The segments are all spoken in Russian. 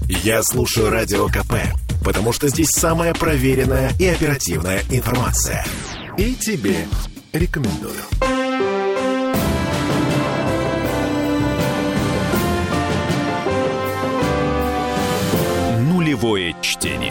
Я слушаю Радио КП, потому что здесь самая проверенная и оперативная информация. И тебе рекомендую. Нулевое чтение.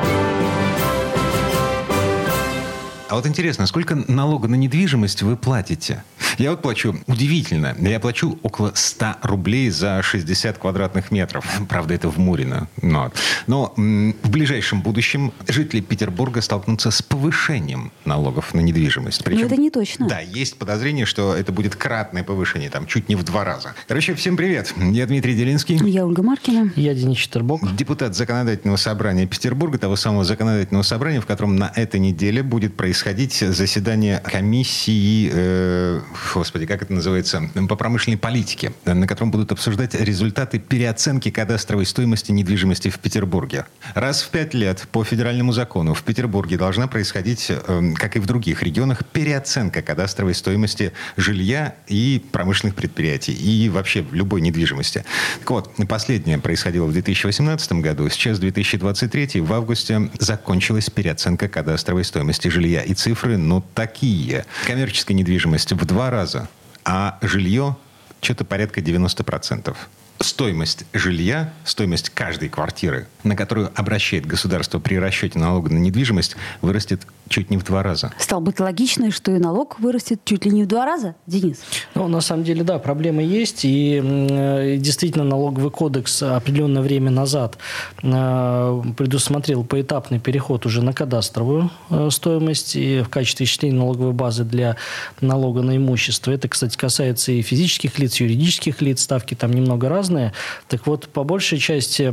А вот интересно, сколько налога на недвижимость вы платите? Я вот плачу, удивительно, я плачу около 100 рублей за 60 квадратных метров. Правда, это в Мурино. Но в ближайшем будущем жители Петербурга столкнутся с повышением налогов на недвижимость. Причем, но это не точно. Да, есть подозрение, что это будет кратное повышение, там, чуть не в 2 раза. Короче, всем привет. Я Дмитрий Делинский. Я Ольга Маркина. Я Денис Четербок. Депутат Законодательного собрания Петербурга, того самого Законодательного собрания, в котором на этой неделе будет происходить заседание комиссии, как это называется, по промышленной политике, на котором будут обсуждать результаты переоценки кадастровой стоимости недвижимости в Петербурге. Раз в 5 лет по федеральному закону в Петербурге должна происходить, как и в других регионах, переоценка кадастровой стоимости жилья и промышленных предприятий, и вообще любой недвижимости. Так вот, последнее происходило в 2018 году, сейчас 2023, в августе закончилась переоценка кадастровой стоимости жилья. И цифры, такие. Коммерческая недвижимость в 2 раза, а жилье что-то порядка 90%. Стоимость жилья, стоимость каждой квартиры, на которую обращает государство при расчете налога на недвижимость, вырастет чуть не в 2 раза. Стало быть, логично, что и налог вырастет чуть ли не в 2 раза, Денис? На самом деле, да, проблемы есть. И действительно, налоговый кодекс определенное время назад предусмотрел поэтапный переход уже на кадастровую стоимость и в качестве исчисления налоговой базы для налога на имущество. Это, кстати, касается и физических лиц, и юридических лиц. Ставки там немного разные. Так вот, по большей части,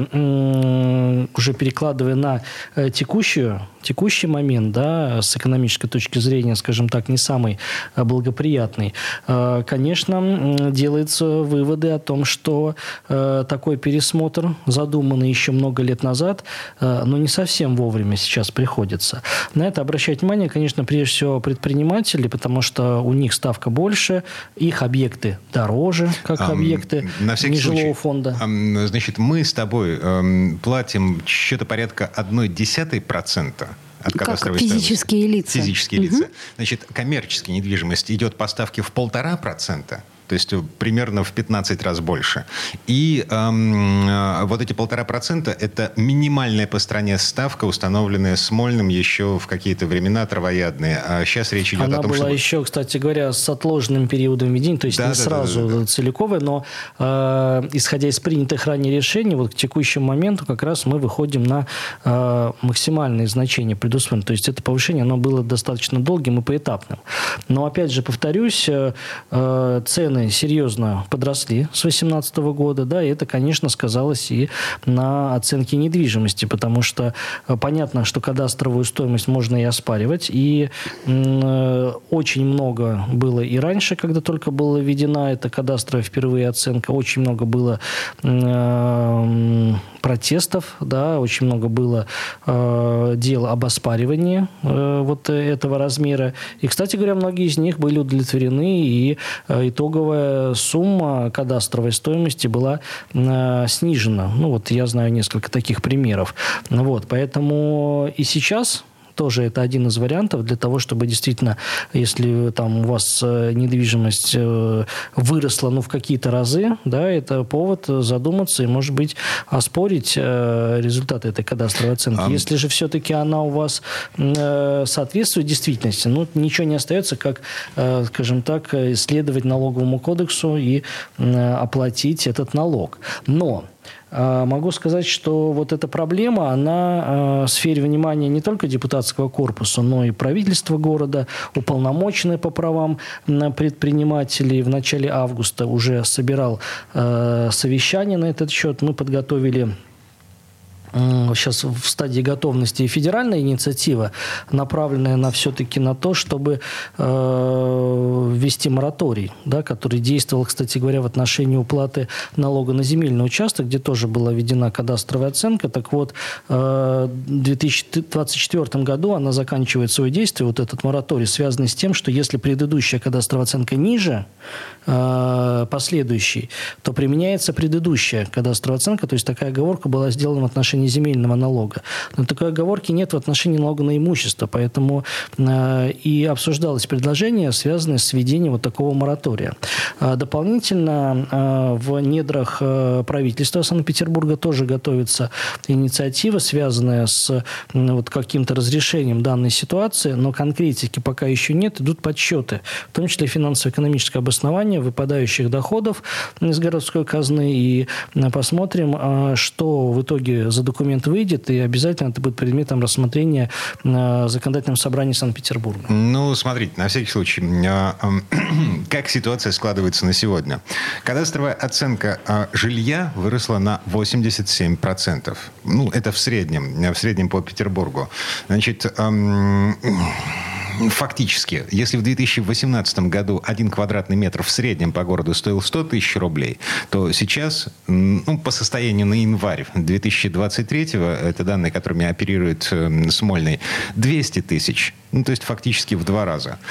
уже перекладывая на текущий момент, да, с экономической точки зрения, скажем так, не самый благоприятный, конечно, делаются выводы о том, что такой пересмотр, задуманный еще много лет назад, но не совсем вовремя сейчас приходится. На это обращать внимание, конечно, прежде всего предприниматели, потому что у них ставка больше, их объекты дороже, как объекты нежилого фонда. Значит, мы с тобой платим что-то порядка 0,1% от кадастровой стоимости. Физические лица. Физические лица. Значит, коммерческая недвижимость идет по ставке в 1,5%. То есть примерно в 15 раз больше. И вот эти 1,5% – это минимальная по стране ставка, установленная Смольным еще в какие-то времена травоядные. А сейчас речь идет о том, что... Она была еще, кстати говоря, с отложенным периодом введения, то есть сразу целиковая, но исходя из принятых ранее решений, вот к текущему моменту как раз мы выходим на максимальные значения предусмотренные. То есть это повышение, оно было достаточно долгим и поэтапным. Но опять же, повторюсь, цены серьезно подросли с 2018 года, да, и это, конечно, сказалось и на оценке недвижимости, потому что понятно, что кадастровую стоимость можно и оспаривать, и очень много было и раньше, когда только была введена эта кадастровая впервые оценка, очень много было протестов, да, очень много было дел об оспаривании вот этого размера. И, кстати говоря, многие из них были удовлетворены, и итоговая сумма кадастровой стоимости была снижена. Я знаю несколько таких примеров. Поэтому и сейчас... Тоже это один из вариантов для того, чтобы действительно, если там у вас недвижимость выросла в какие-то разы, да, это повод задуматься и, может быть, оспорить результаты этой кадастровой оценки. Если же все-таки она у вас соответствует действительности, ничего не остается, как, скажем так, исследовать налоговому кодексу и оплатить этот налог. Но могу сказать, что вот эта проблема, она в сфере внимания не только депутатского корпуса, но и правительства города, уполномоченный по правам предпринимателей в начале августа уже собирал совещание на этот счет. Мы подготовили сейчас в стадии готовности федеральная инициатива, направленная все-таки на то, чтобы ввести мораторий, да, который действовал, кстати говоря, в отношении уплаты налога на земельный участок, где тоже была введена кадастровая оценка. Так вот, в 2024 году она заканчивает свое действие, вот этот мораторий, связанный с тем, что если предыдущая кадастровая оценка ниже последующей, то применяется предыдущая кадастровая оценка, то есть такая оговорка была сделана в отношении земельного налога. Но такой оговорки нет в отношении налога на имущество, поэтому и обсуждалось предложение, связанное с введением вот такого моратория. Дополнительно в недрах правительства Санкт-Петербурга тоже готовится инициатива, связанная с вот каким-то разрешением данной ситуации, но конкретики пока еще нет, идут подсчеты, в том числе финансово-экономическое обоснование выпадающих доходов из городской казны, и посмотрим, что в итоге за документ выйдет, и обязательно это будет предметом рассмотрения на законодательном собрании Санкт-Петербурга. Ну, смотрите, на всякий случай, как ситуация складывается на сегодня? Кадастровая оценка жилья выросла на 87%. Ну, это в среднем по Петербургу. Значит, фактически, если в 2018 году 1 квадратный метр в среднем по городу стоил 100 тысяч рублей, то сейчас, по состоянию на январь 2023, это данные, которыми оперирует Смольный, 200 тысяч. То есть фактически в 2 раза.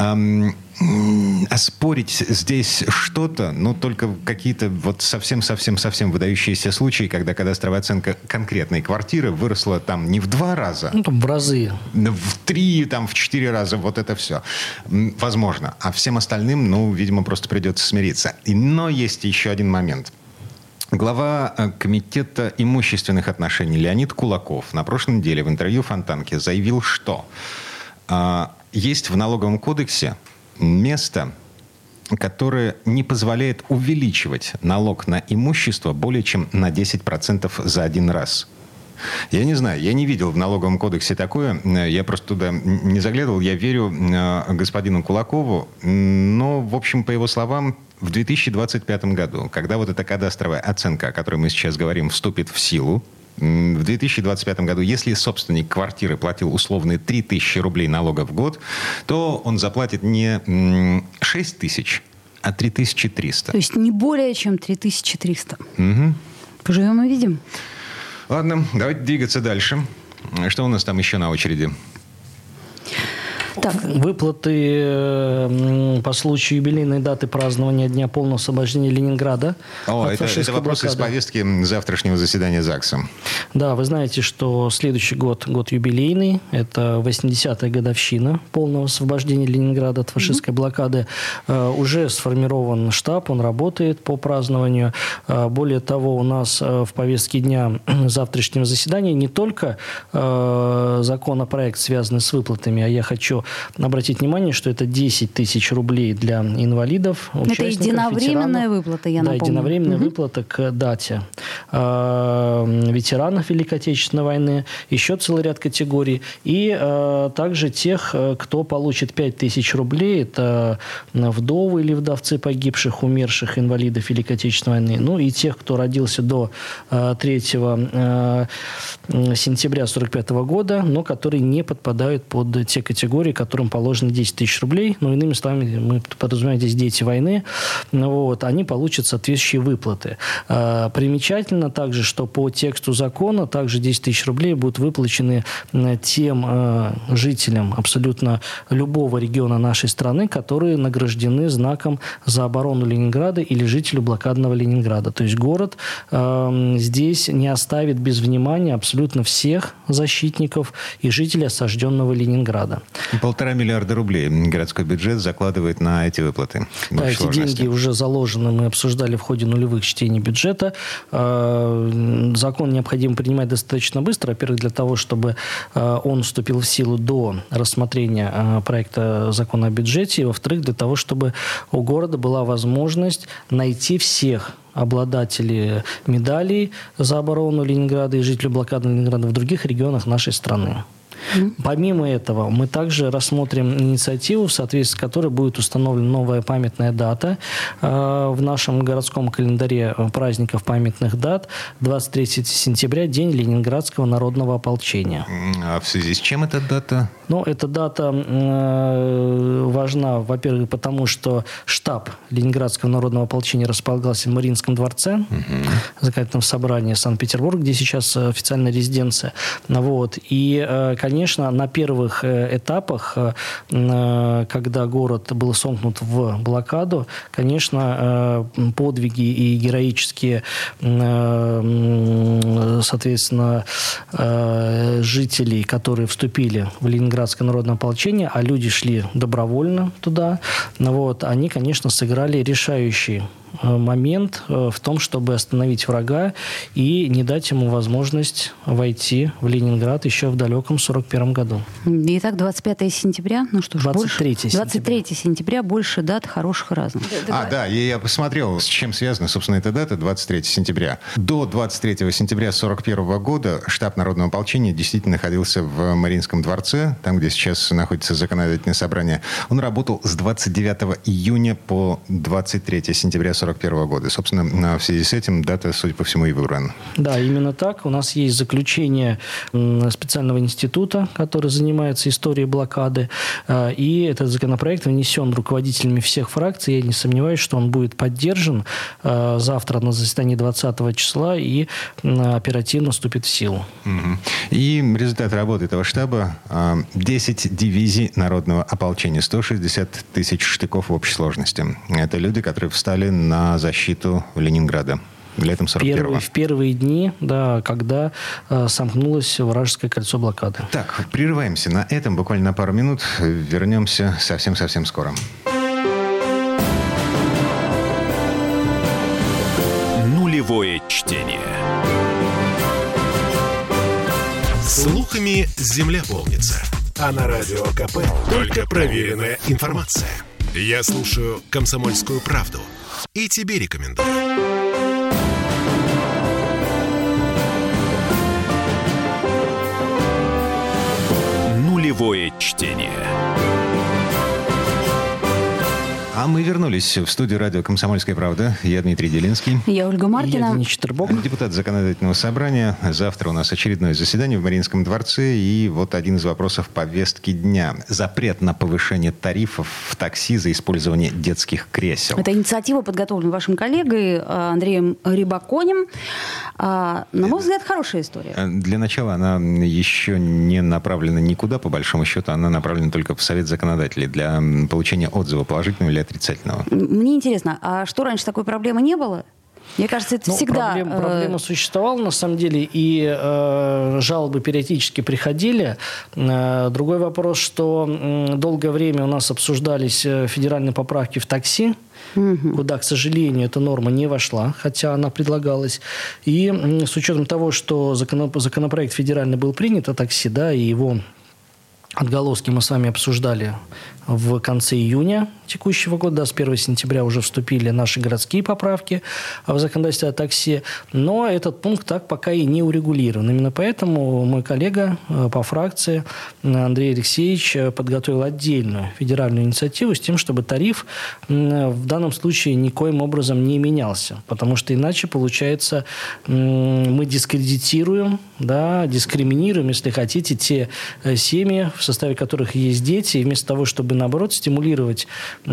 Оспорить здесь что-то, только какие-то вот совсем выдающиеся случаи, когда кадастровая оценка конкретной квартиры выросла там не в 2 раза. Там в разы. В 3, в 4 раза. Вот это все. Возможно. А всем остальным, видимо, просто придется смириться. Но есть еще один момент. Глава комитета имущественных отношений Леонид Кулаков на прошлой неделе в интервью Фонтанке заявил, что есть в налоговом кодексе место, которое не позволяет увеличивать налог на имущество более чем на 10% за один раз. Я не знаю, я не видел в налоговом кодексе такое, я просто туда не заглядывал, я верю господину Кулакову, но, в общем, по его словам, в 2025 году, когда вот эта кадастровая оценка, о которой мы сейчас говорим, вступит в силу, в 2025 году, если собственник квартиры платил условные 3000 рублей налога в год, то он заплатит не 6 тысяч, а 3300. То есть не более чем 3300. Угу. Поживем и видим. Ладно, давайте двигаться дальше. Что у нас там еще на очереди? Так. Выплаты по случаю юбилейной даты празднования Дня полного освобождения Ленинграда. Это вопрос из повестки завтрашнего заседания ЗАГСа. Да, вы знаете, что следующий год юбилейный. Это 80-я годовщина полного освобождения Ленинграда от фашистской блокады. Уже сформирован штаб, он работает по празднованию. Более того, у нас в повестке дня завтрашнего заседания не только законопроект, связанный с выплатами, а я хочу обратить внимание, что это 10 тысяч рублей для инвалидов, участников, это единовременная ветеранов. Выплата, я напомню. Да, единовременная выплата к дате. Ветеранов Великой Отечественной войны, еще целый ряд категорий. И также тех, кто получит 5 тысяч рублей, это вдовы или вдовцы погибших, умерших инвалидов Великой Отечественной войны. Ну и тех, кто родился до 3 сентября 1945 года, но которые не подпадают под те категории, которым положено 10 тысяч рублей. Но иными словами, мы подразумеваем здесь дети войны. Они получат соответствующие выплаты. Примечательно также, что по тексту закона также 10 тысяч рублей будут выплачены тем жителям абсолютно любого региона нашей страны, которые награждены знаком за оборону Ленинграда или жителю блокадного Ленинграда. То есть город здесь не оставит без внимания абсолютно всех защитников и жителей осажденного Ленинграда. 1,5 миллиарда рублей городской бюджет закладывает на эти выплаты. Да, эти деньги уже заложены, мы обсуждали в ходе нулевых чтений бюджета. Закон необходимо принимать достаточно быстро, во-первых, для того, чтобы он вступил в силу до рассмотрения проекта закона о бюджете, и, во-вторых, для того, чтобы у города была возможность найти всех обладателей медалей за оборону Ленинграда и жителей блокадного Ленинграда в других регионах нашей страны. Помимо этого, мы также рассмотрим инициативу, в соответствии с которой будет установлена новая памятная дата в нашем городском календаре праздников памятных дат. 23 сентября, День Ленинградского народного ополчения. А в связи с чем эта дата? Эта дата важна, во-первых, потому что штаб Ленинградского народного ополчения располагался в Мариинском дворце, законодательном собрании Санкт-Петербурга, где сейчас официальная резиденция. И, конечно, на первых этапах, когда город был сомкнут в блокаду, конечно, подвиги и героические, соответственно, жителей, которые вступили в Ленинградское народное ополчение, а люди шли добровольно туда, они, конечно, сыграли решающий момент в том, чтобы остановить врага и не дать ему возможность войти в Ленинград еще в далеком 1941 году. Итак, 25 сентября, 23 сентября, больше дат хороших и разных. Да, я посмотрел, с чем связана, собственно, эта дата, 23 сентября. До 23 сентября 1941 года штаб Народного ополчения действительно находился в Мариинском дворце, там, где сейчас находится законодательное собрание. Он работал с 29 июня по 23 сентября 1941 года. Собственно, в связи с этим дата, судя по всему, и выбрана. Да, именно так. У нас есть заключение специального института, который занимается историей блокады. И этот законопроект внесен руководителями всех фракций. Я не сомневаюсь, что он будет поддержан завтра на заседании 20 числа и оперативно вступит в силу. И результат работы этого штаба: 10 дивизий Народного ополчения, 160 тысяч штыков в общей сложности. Это люди, которые встали на защиту Ленинграда летом 1941-го. В первые дни, когда сомкнулось вражеское кольцо блокады. Так, прерываемся на этом буквально на пару минут. Вернемся совсем-совсем скоро. Нулевое чтение. Слухами земля полнится. А на Радио КП только проверенная информация. Я слушаю «Комсомольскую правду» и тебе рекомендую. Нулевое чтение. А мы вернулись в студию радио «Комсомольская правда». Я Дмитрий Делинский. Я Ольга Маркина. Я Денис Четербок. Депутат Законодательного собрания. Завтра у нас очередное заседание в Мариинском дворце. И вот один из вопросов повестки дня. Запрет на повышение тарифов в такси за использование детских кресел. Это инициатива подготовлена вашим коллегой Андреем Рибаконем. На мой взгляд, хорошая история. Для начала она еще не направлена никуда, по большому счету. Она направлена только в Совет законодателей для получения отзыва, положительного или отрицательного. Мне интересно, а что, раньше такой проблемы не было? Мне кажется, это всегда... Проблема существовала, на самом деле, и жалобы периодически приходили. Другой вопрос, что долгое время у нас обсуждались федеральные поправки в такси, куда, к сожалению, эта норма не вошла, хотя она предлагалась. И с учетом того, что законопроект федеральный был принят о такси, и его отголоски мы с вами обсуждали в конце июня текущего года. С 1 сентября уже вступили наши городские поправки в законодательство о такси. Но этот пункт так пока и не урегулирован. Именно поэтому мой коллега по фракции Андрей Алексеевич подготовил отдельную федеральную инициативу с тем, чтобы тариф в данном случае никоим образом не менялся. Потому что иначе, получается, мы дискредитируем, дискриминируем, если хотите, те семьи, в составе которых есть дети, и вместо того, чтобы, наоборот, стимулировать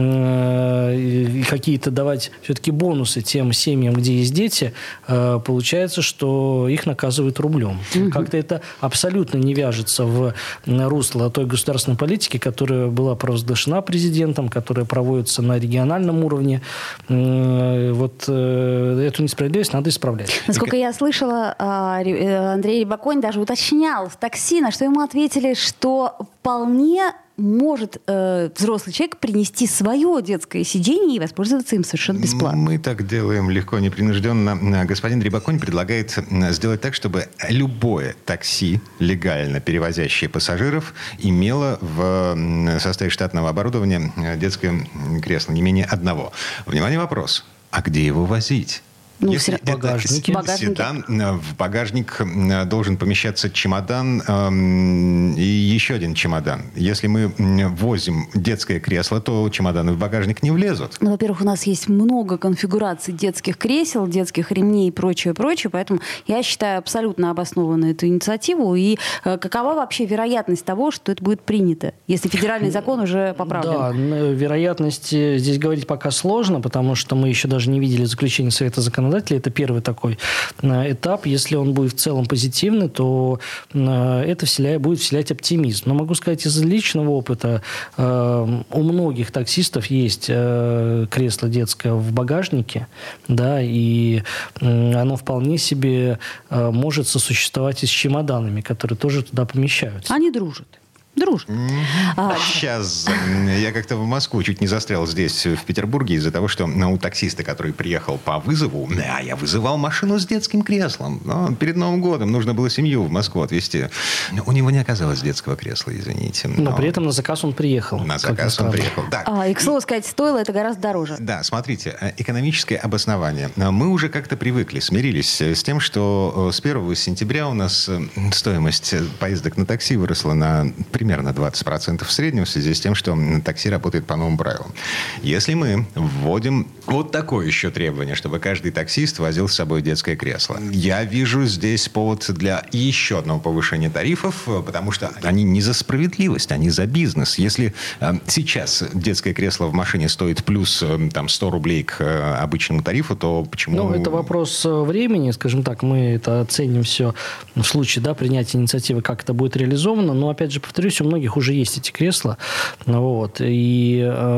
и какие-то давать все-таки бонусы тем семьям, где есть дети, получается, что их наказывают рублем. Как-то это абсолютно не вяжется в русло той государственной политики, которая была провозглашена президентом, которая проводится на региональном уровне. Вот эту несправедливость надо исправлять. Насколько я слышала, Андрей Рибаконь даже уточнял в такси, на что ему ответили, что вполне может взрослый человек принести свое детское сиденье и воспользоваться им совершенно бесплатно. Мы так делаем легко, непринужденно. Господин Рибаконь предлагает сделать так, чтобы любое такси, легально перевозящее пассажиров, имело в составе штатного оборудования детское кресло, не менее одного. Внимание, вопрос. А где его возить? Ну, Если это багажники. седан, в багажник должен помещаться чемодан и еще один чемодан. Если мы возим детское кресло, то чемоданы в багажник не влезут. Ну, во-первых, у нас есть много конфигураций детских кресел, детских ремней и прочее, поэтому я считаю абсолютно обоснованной эту инициативу. И какова вообще вероятность того, что это будет принято, если федеральный закон уже поправлен? Да, вероятность здесь говорить пока сложно, потому что мы еще даже не видели заключение Совета законодателей. Это первый такой этап. Если он будет в целом позитивный, то это будет вселять оптимизм. Но могу сказать из личного опыта, у многих таксистов есть кресло детское в багажнике, да, и оно вполне себе может сосуществовать и с чемоданами, которые тоже туда помещаются. Они дружат. Сейчас я как-то в Москву чуть не застрял здесь, в Петербурге, из-за того, что у таксиста, который приехал по вызову, я вызывал машину с детским креслом. Но перед Новым годом нужно было семью в Москву отвезти. У него не оказалось детского кресла, извините. Но при этом на заказ он приехал. На заказ он приехал, да. И, к слову сказать, стоило это гораздо дороже. Да, смотрите, экономическое обоснование. Мы уже как-то привыкли, смирились с тем, что с 1 сентября у нас стоимость поездок на такси выросла на примерно 20% в среднем, в связи с тем, что такси работает по новым правилам. Если мы вводим вот такое еще требование, чтобы каждый таксист возил с собой детское кресло, я вижу здесь повод для еще одного повышения тарифов, потому что они не за справедливость, они за бизнес. Если сейчас детское кресло в машине стоит плюс 100 рублей к обычному тарифу, то почему... Ну, это вопрос времени, скажем так, мы это оценим все в случае, да, принятия инициативы, как это будет реализовано, но, опять же, повторюсь, у многих уже есть эти кресла, вот, и,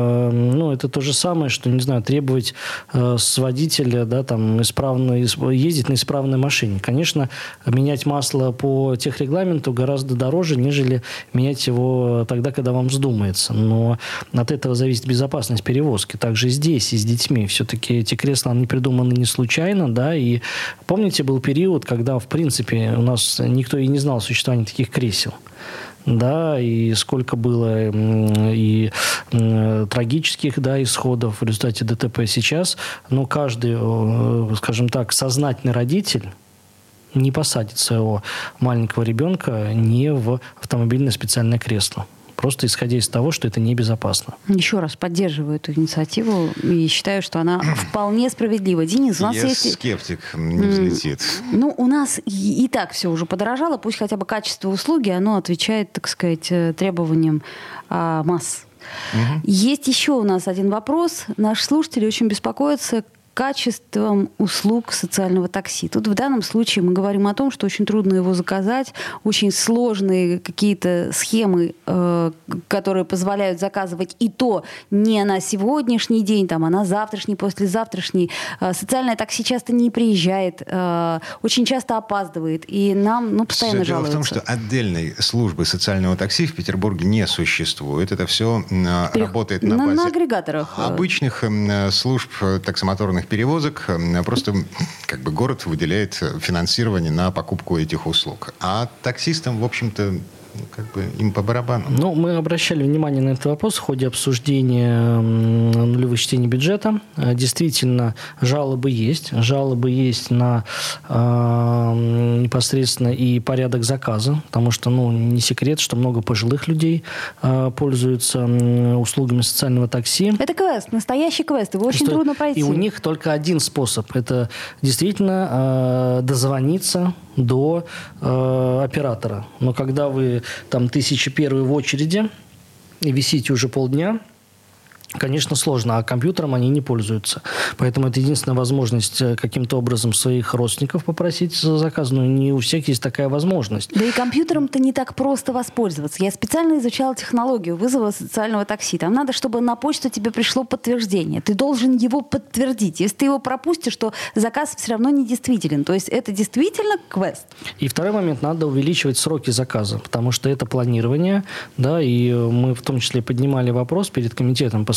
это то же самое, что, не знаю, требовать с водителя, да, там, ездить на исправной машине. Конечно, менять масло по техрегламенту гораздо дороже, нежели менять его тогда, когда вам вздумается, но от этого зависит безопасность перевозки. Также здесь и с детьми. Все-таки эти кресла, они придуманы не случайно, да, и помните, был период, когда, в принципе, у нас никто и не знал о существовании таких кресел. Да, и сколько было и трагических, да, исходов в результате ДТП сейчас. Но каждый, скажем так, сознательный родитель не посадит своего маленького ребенка не в автомобильное специальное кресло. Просто исходя из того, что это небезопасно. Еще раз поддерживаю эту инициативу и считаю, что она вполне справедлива. Денис, у нас есть... скептик не взлетит. У нас и так все уже подорожало. Пусть хотя бы качество услуги, оно отвечает, так сказать, требованиям масс. Есть еще у нас один вопрос. Наши слушатели очень беспокоятся качеством услуг социального такси. Тут в данном случае мы говорим о том, что очень трудно его заказать, очень сложные какие-то схемы, которые позволяют заказывать и то не на сегодняшний день, а на завтрашний, послезавтрашний. Социальное такси часто не приезжает, очень часто опаздывает, и нам постоянно жалуются. Дело в том, что отдельной службы социального такси в Петербурге не существует. Это все работает на базе агрегаторах. Обычных служб таксомоторных перевозок. Просто город выделяет финансирование на покупку этих услуг. А таксистам, в общем-то, им по барабану. Мы обращали внимание на этот вопрос в ходе обсуждения нулевых чтений бюджета. Действительно, жалобы есть. Жалобы есть на непосредственно и порядок заказа, потому что, не секрет, что много пожилых людей пользуются услугами социального такси. Это квест, настоящий квест. Его очень трудно пройти. И у них только один способ. Это действительно дозвониться до оператора. Но когда вы 1001 в очереди и висите уже полдня, конечно, сложно, а компьютером они не пользуются. Поэтому это единственная возможность каким-то образом своих родственников попросить за заказ. Но не у всех есть такая возможность. Да и компьютером-то не так просто воспользоваться. Я специально изучала технологию вызова социального такси. Там надо, чтобы на почту тебе пришло подтверждение. Ты должен его подтвердить. Если ты его пропустишь, то заказ все равно недействителен. То есть это действительно квест. И второй момент, надо увеличивать сроки заказа, потому что это планирование, да, и мы в том числе поднимали вопрос перед комитетом по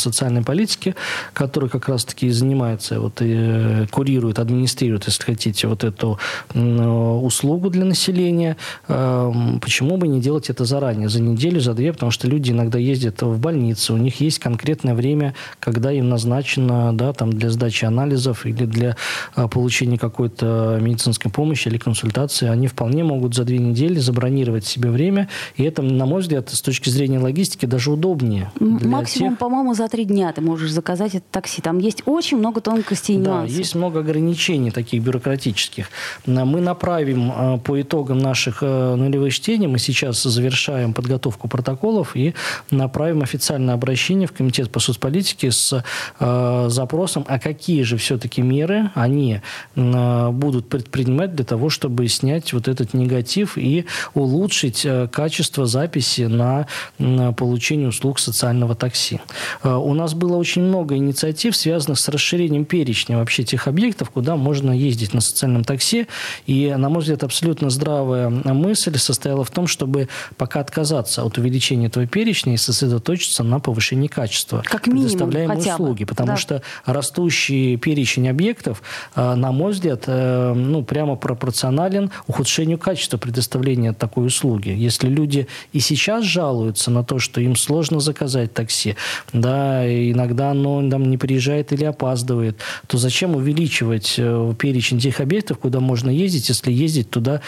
социальной политики, который как раз-таки занимается, курирует, администрирует, если хотите, вот эту услугу для населения. Почему бы не делать это заранее, за неделю, за две, потому что люди иногда ездят в больницу, у них есть конкретное время, когда им назначено, для сдачи анализов или для получения какой-то медицинской помощи или консультации. Они вполне могут за 2 недели забронировать себе время, и это, на мой взгляд, с точки зрения логистики даже удобнее. Максимум, по-моему, за 3 дня ты можешь заказать это такси. Там есть очень много тонкостей и нюансов. Да, есть много ограничений таких бюрократических. Мы направим по итогам наших нулевых чтений, мы сейчас завершаем подготовку протоколов и направим официальное обращение в Комитет по соцполитике с запросом, а какие же все-таки меры они будут предпринимать для того, чтобы снять вот этот негатив и улучшить качество записи на получение услуг социального такси. У нас было очень много инициатив, связанных с расширением перечня вообще тех объектов, куда можно ездить на социальном такси. И, на мой взгляд, абсолютно здравая мысль состояла в том, чтобы пока отказаться от увеличения этого перечня и сосредоточиться на повышении качества предоставляемой услуги. Потому что растущий перечень объектов, на мой взгляд, прямо пропорционален ухудшению качества предоставления такой услуги. Если люди и сейчас жалуются на то, что им сложно заказать такси, иногда оно не приезжает или опаздывает, то зачем увеличивать перечень тех объектов, куда можно ездить, если ездить туда,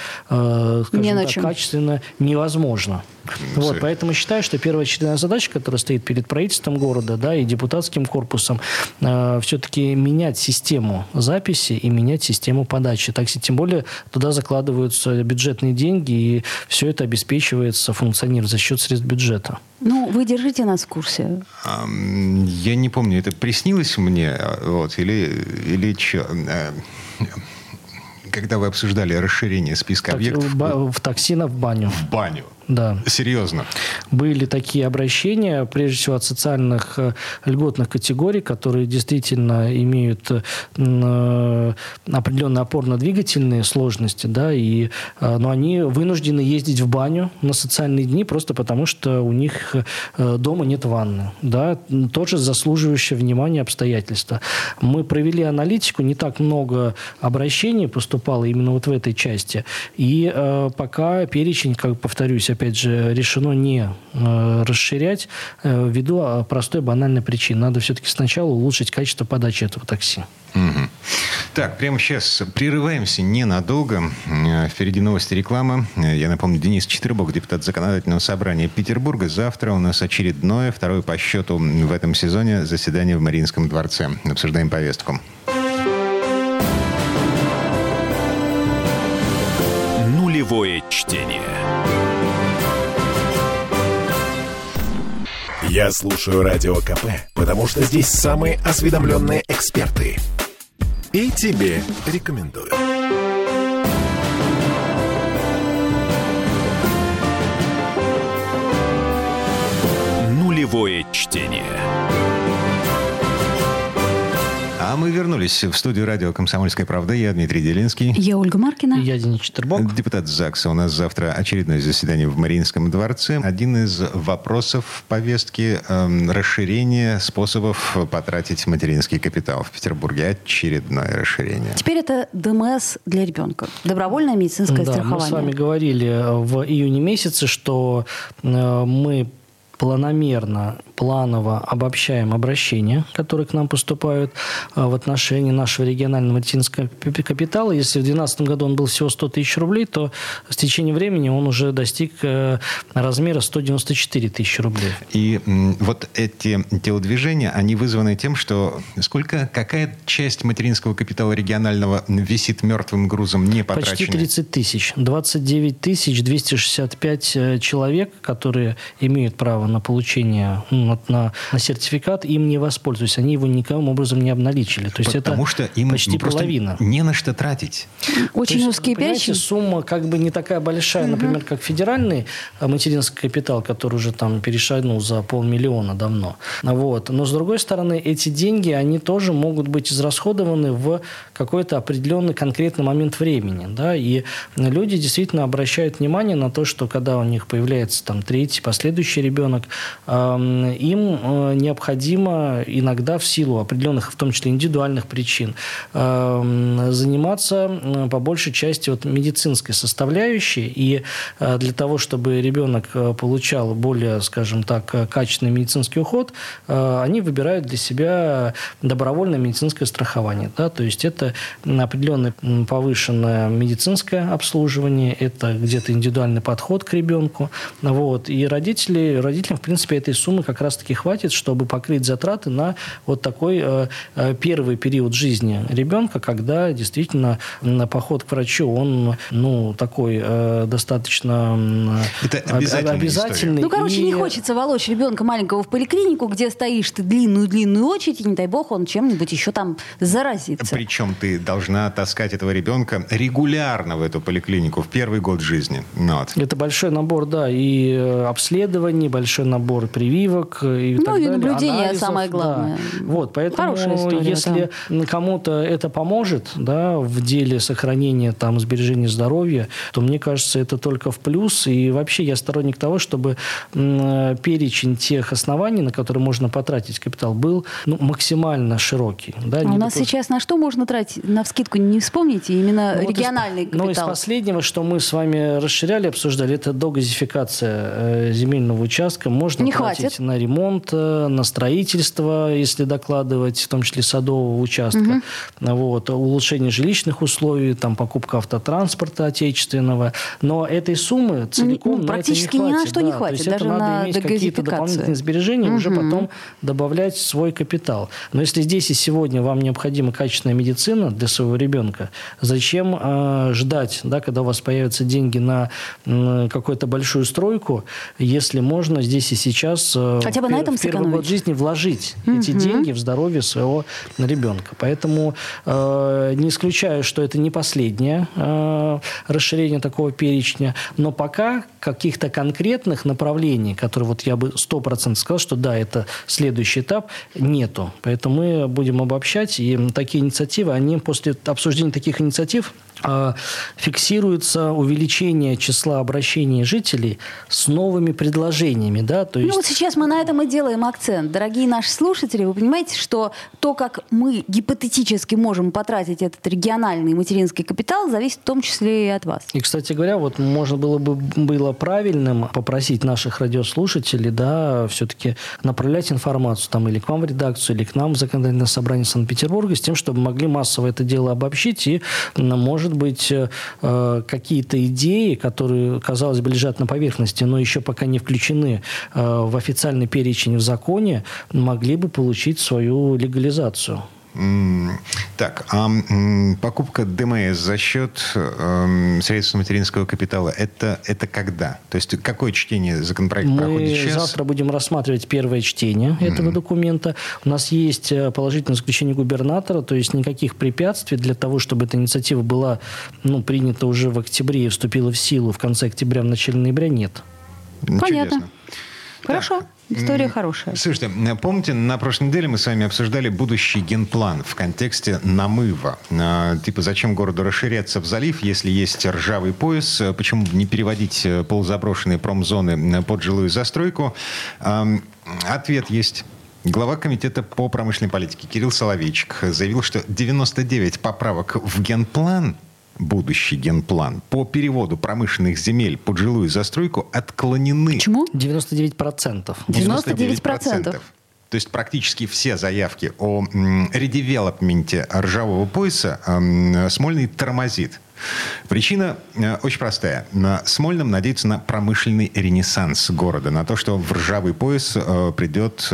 качественно невозможно. Поэтому считаю, что первоочередная задача, которая стоит перед правительством города, и депутатским корпусом, все-таки менять систему записи и менять систему подачи такси. Тем более туда закладываются бюджетные деньги, и все это обеспечивается, функционирует за счет средств бюджета. Вы держите нас в курсе. Я не помню, это приснилось мне, или что? Когда вы обсуждали расширение списка объектов... В такси в баню. В баню? Да. Серьезно? Были такие обращения, прежде всего от социальных льготных категорий, которые действительно имеют определенные опорно-двигательные сложности, но они вынуждены ездить в баню на социальные дни просто потому, что у них дома нет ванны. Тоже заслуживающее внимания обстоятельства. Мы провели аналитику, не так много обращений поступало именно в этой части. И пока перечень, повторюсь, опять же, решено не расширять ввиду простой банальной причины. Надо все-таки сначала улучшить качество подачи этого такси. Угу. Так, прямо сейчас прерываемся ненадолго. Впереди новости, реклама. Я напомню, Денис Четырбок, депутат Законодательного собрания Петербурга. Завтра у нас очередное, второе по счету в этом сезоне заседание в Мариинском дворце. Обсуждаем повестку. Нулевое чтение. Я слушаю Радио КП, потому что здесь самые осведомленные эксперты. И тебе рекомендую. Нулевое чтение. А мы вернулись в студию радио «Комсомольская правда». Я Дмитрий Делинский. Я Ольга Маркина. Я Денис Четырбок. Депутат ЗАГСа. У нас завтра очередное заседание в Мариинском дворце. Один из вопросов повестки – расширение способов потратить материнский капитал в Петербурге. Очередное расширение. Теперь это ДМС для ребенка. Добровольное медицинское страхование. Мы с вами говорили в июне месяце, что мы планово обобщаем обращения, которые к нам поступают в отношении нашего регионального медицинского капитала. Если в 2012 году он был всего 100 тысяч рублей, то с течением времени он уже достиг размера 194 тысячи рублей. И вот эти телодвижения, они вызваны тем, что какая часть материнского капитала регионального висит мертвым грузом, не потраченной? Почти 30 тысяч. 29 265 человек, которые имеют право на получение, на сертификат, им не воспользуются. Они его никаким образом не обналичили. То есть потому это что им почти половина. Не на что тратить. Очень узкий перечень. Сумма не такая большая, например, как федеральный материнский капитал, который уже перешагнул за 500 000 давно. Но, с другой стороны, эти деньги, они тоже могут быть израсходованы в какой-то определенный конкретный момент времени. И люди действительно обращают внимание на то, что когда у них появляется третий, последующий ребенок, ребенок, им необходимо иногда в силу определенных, в том числе индивидуальных причин, заниматься по большей части медицинской составляющей. И для того, чтобы ребенок получал более, скажем так, качественный медицинский уход, они выбирают для себя добровольное медицинское страхование. Да? То есть это определенное повышенное медицинское обслуживание, это где-то индивидуальный подход к ребенку. И родителям, в принципе, этой суммы как раз-таки хватит, чтобы покрыть затраты на такой первый период жизни ребенка, когда действительно поход к врачу, он такой достаточно обязательный. Не хочется волочь ребенка маленького в поликлинику, где стоишь ты длинную-длинную очередь, и не дай бог он чем-нибудь еще там заразится. Причем ты должна таскать этого ребенка регулярно в эту поликлинику в первый год жизни. Это большой набор, и обследований, большой набор прививок и так далее. И наблюдение анализов, самое главное. Поэтому, если кому-то это поможет, в деле сохранения, сбережения здоровья, то, мне кажется, это только в плюс. И вообще я сторонник того, чтобы перечень тех оснований, на которые можно потратить капитал, был максимально широкий. У нас сейчас на что можно тратить? Навскидку не вспомните? Именно региональный капитал. Из последнего, что мы с вами расширяли, обсуждали, это догазификация земельного участка. Можно тратить на ремонт, на строительство, если докладывать, в том числе садового участка. Улучшение жилищных условий, покупка автотранспорта отечественного. Но этой суммы целиком практически ни на что не хватит. Даже надо иметь какие-то дополнительные сбережения, уже потом добавлять в свой капитал. Но если здесь и сегодня вам необходима качественная медицина для своего ребенка, зачем ждать, когда у вас появятся деньги на какую-то большую стройку, если можно здесь и сейчас хотя бы на этом в первый год жизни вложить эти деньги в здоровье своего ребенка. Поэтому не исключаю, что это не последнее расширение такого перечня, но пока каких-то конкретных направлений, которые я бы 100% сказал, что это следующий этап, нету. Поэтому мы будем обобщать, и такие инициативы, они после обсуждения таких инициатив фиксируется увеличение числа обращений жителей с новыми предложениями. То есть... сейчас мы на этом и делаем акцент. Дорогие наши слушатели, вы понимаете, что то, как мы гипотетически можем потратить этот региональный материнский капитал, зависит в том числе и от вас. И, кстати говоря, можно было правильным попросить наших радиослушателей, все-таки направлять информацию или к вам в редакцию, или к нам в Законодательное собрание Санкт-Петербурга с тем, чтобы могли массово это дело обобщить и, может быть, какие-то идеи, которые, казалось бы, лежат на поверхности, но еще пока не включены в официальный перечень в законе, могли бы получить свою легализацию. Так, покупка ДМС за счет средств материнского капитала, это когда? То есть какое чтение законопроекта проходит сейчас? Мы завтра будем рассматривать первое чтение этого документа. У нас есть положительное заключение губернатора, то есть никаких препятствий для того, чтобы эта инициатива была принята уже в октябре и вступила в силу в конце октября, в начале ноября, нет. Понятно. Чудесно. Хорошо. История хорошая. Слушайте, помните, на прошлой неделе мы с вами обсуждали будущий генплан в контексте намыва. Зачем городу расширяться в залив, если есть ржавый пояс? Почему не переводить полузаброшенные промзоны под жилую застройку? Ответ есть. Глава комитета по промышленной политике Кирилл Соловейчик заявил, что 99 поправок в генплан, будущий генплан, по переводу промышленных земель под жилую застройку отклонены. Почему? 99%. 99%. То есть практически все заявки о редевелопменте ржавого пояса Смольный тормозит. Причина очень простая. Смольным надеется на промышленный ренессанс города, на то, что в ржавый пояс придет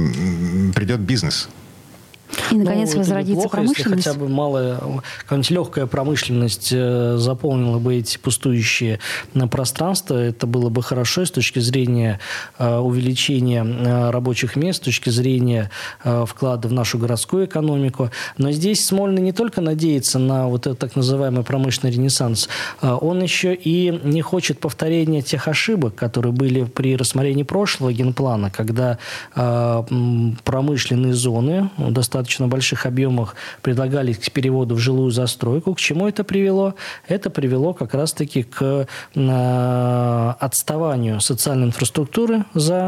бизнес. И, наконец, возродится промышленность. Если хотя бы какая-нибудь легкая промышленность заполнила бы эти пустующие пространства, это было бы хорошо с точки зрения увеличения рабочих мест, с точки зрения вклада в нашу городскую экономику. Но здесь Смольный не только надеется на вот этот так называемый промышленный ренессанс, он еще и не хочет повторения тех ошибок, которые были при рассмотрении прошлого генплана, когда промышленные зоны достаточно больших объемах предлагались к переводу в жилую застройку. К чему это привело? Это привело как раз-таки к отставанию социальной инфраструктуры за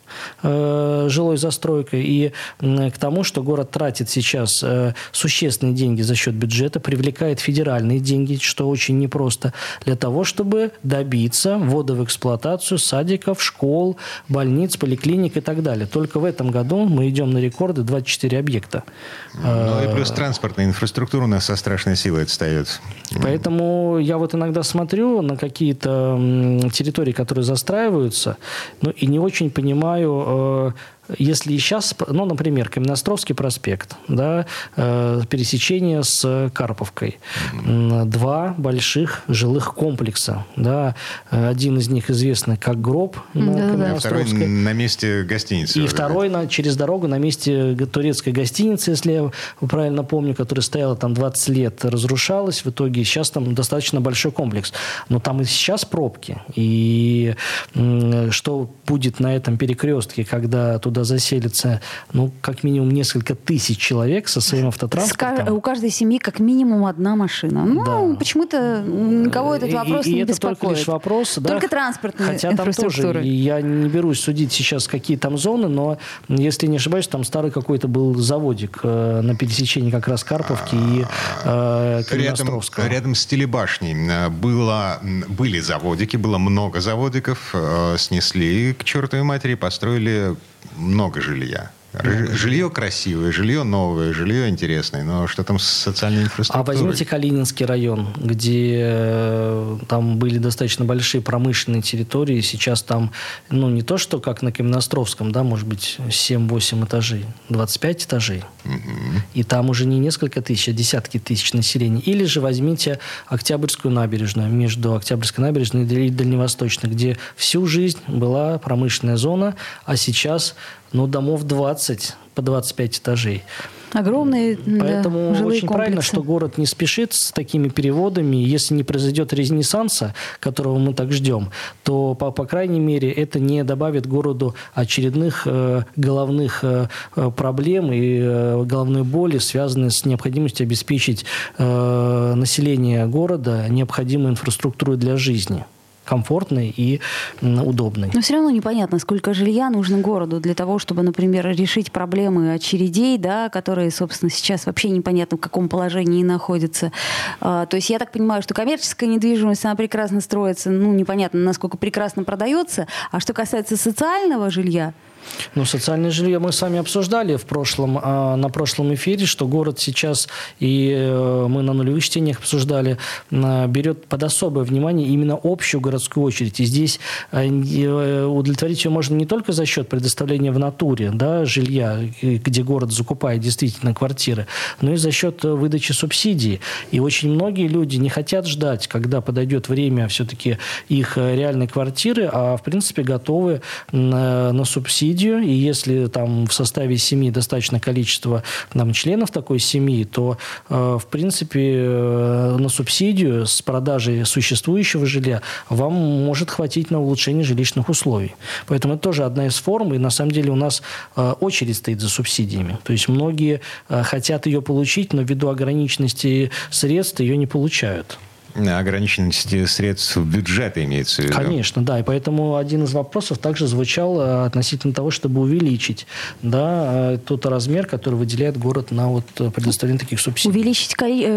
жилой застройкой и к тому, что город тратит сейчас существенные деньги за счет бюджета, привлекает федеральные деньги, что очень непросто, для того, чтобы добиться ввода в эксплуатацию садиков, школ, больниц, поликлиник и так далее. Только в этом году мы идем на рекорды 24 объекта. Ну и плюс транспортная инфраструктура у нас со страшной силой отстает. Поэтому я вот иногда смотрю на какие-то территории, которые застраиваются, ну, и не очень понимаю, если сейчас, ну, например, Каменноостровский проспект, да, пересечение с Карповкой, 2 больших жилых комплекса, да, один из них известный как ГРОБ на Каменноостровской. Второй на месте гостиницы. И второй через дорогу на месте турецкой гостиницы, если я правильно помню, которая стояла там 20 лет, разрушалась, в итоге сейчас там достаточно большой комплекс. Но там и сейчас пробки. И что будет на этом перекрестке, когда туда заселится, ну, как минимум несколько тысяч человек со своим автотранспортом. У каждой семьи как минимум одна машина. Ну, да. Почему-то никого этот вопрос не беспокоит. Только лишь вопрос, да, только транспортная инфраструктура. Хотя там тоже, я не берусь судить сейчас, какие там зоны, но, если не ошибаюсь, там старый какой-то был заводик на пересечении как раз Карповки и Каменноостровского. Рядом с телебашней были заводики, было много заводиков, снесли к чертовой матери, построили много жилья. Жилье красивое, жилье новое, жилье интересное, но что там с социальной инфраструктурой? А возьмите Калининский район, где там были достаточно большие промышленные территории, сейчас там, ну, не то, что как на Каменноостровском, да, может быть, 7-8 этажей, 25 этажей. И там уже не несколько тысяч, а десятки тысяч населения. Или же возьмите Октябрьскую набережную, между Октябрьской набережной и Дальневосточной, где всю жизнь была промышленная зона, а сейчас, ну, домов 20 по 25 этажей. Огромные, поэтому жилые очень комплексы. правильно, что город не спешит с такими переводами. Если не произойдет ренессанса, которого мы так ждем, то, по крайней мере, это не добавит городу очередных головных проблем и головной боли, связанной с необходимостью обеспечить население города необходимой инфраструктурой для жизни. Комфортной и удобной. Но все равно непонятно, сколько жилья нужно городу для того, чтобы, например, решить проблемы очередей, да, которые, собственно, сейчас вообще непонятно в каком положении находятся. То есть я так понимаю, что коммерческая недвижимость, она прекрасно строится, ну, непонятно, насколько прекрасно продается. А что касается социального жилья, ну, социальное жилье мы с вами обсуждали на прошлом эфире, что город сейчас, и мы на нулевых чтениях обсуждали, берет под особое внимание именно общую городскую очередь. И здесь удовлетворить ее можно не только за счет предоставления в натуре, да, жилья, где город закупает действительно квартиры, но и за счет выдачи субсидий. И очень многие люди не хотят ждать, когда подойдет время все-таки их реальной квартиры, а в принципе готовы на субсидии. И если там в составе семьи достаточное количество там, членов такой семьи, то, в принципе, на субсидию с продажей существующего жилья вам может хватить на улучшение жилищных условий. Поэтому это тоже одна из форм, и на самом деле у нас очередь стоит за субсидиями. То есть многие хотят ее получить, но ввиду ограниченности средств ее не получают. Ограниченности средств бюджета имеется в виду. Конечно, да. И поэтому один из вопросов также звучал относительно того, чтобы увеличить, да, тот размер, который выделяет город на вот предоставление таких субсидий. Увеличить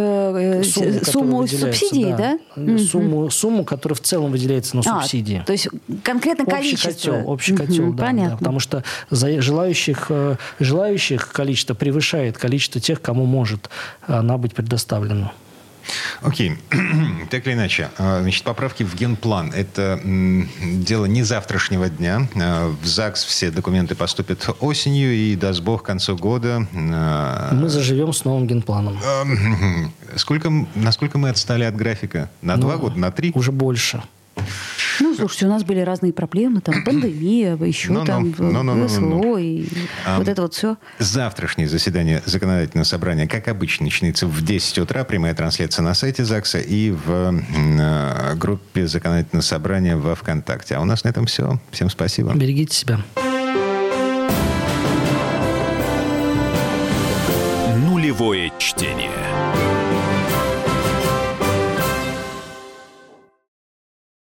сумму субсидий, да? Сумму, которая в целом выделяется на субсидии. То есть конкретно количество. Общий котел, да, понятно. Да, потому что желающих количество превышает количество тех, кому может она быть предоставлена. Окей. Так или иначе, значит, поправки в генплан – это дело не завтрашнего дня. В ЗАГС все документы поступят осенью, и, даст Бог, к концу года… Мы заживем с новым генпланом. Насколько мы отстали от графика? На 2 года? На 3? Уже больше. Ну, слушайте, у нас были разные проблемы, там, пандемия, еще там, СВО, и вот это вот все. Завтрашнее заседание законодательного собрания, как обычно, начинается в 10 утра. Прямая трансляция на сайте ЗАГСа и в группе законодательного собрания во ВКонтакте. А у нас на этом все. Всем спасибо. Берегите себя. Нулевое чтение.